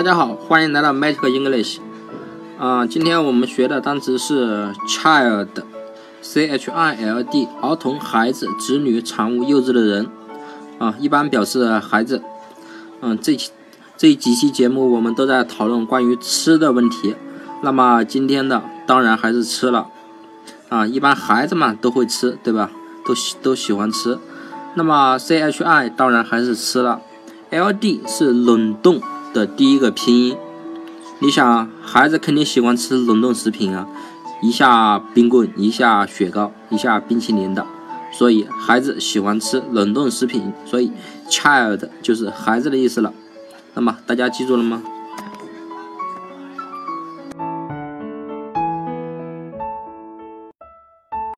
家好，欢迎来到 Magic English。今天我们学的单词是 child，child， 儿童、孩子、子女、产物、幼稚的人。一般表示孩子。这几期节目我们都在讨论关于吃的问题，那么今天的当然还是吃了。一般孩子嘛都会吃，对吧？都喜欢吃。那么 chi 当然还是吃了。ld 是冷冻的第一个拼音。你想孩子肯定喜欢吃冷冻食品啊，一下冰棍，一下雪糕，一下冰淇淋的，所以孩子喜欢吃冷冻食品，所以 child 就是孩子的意思了。那么大家记住了吗？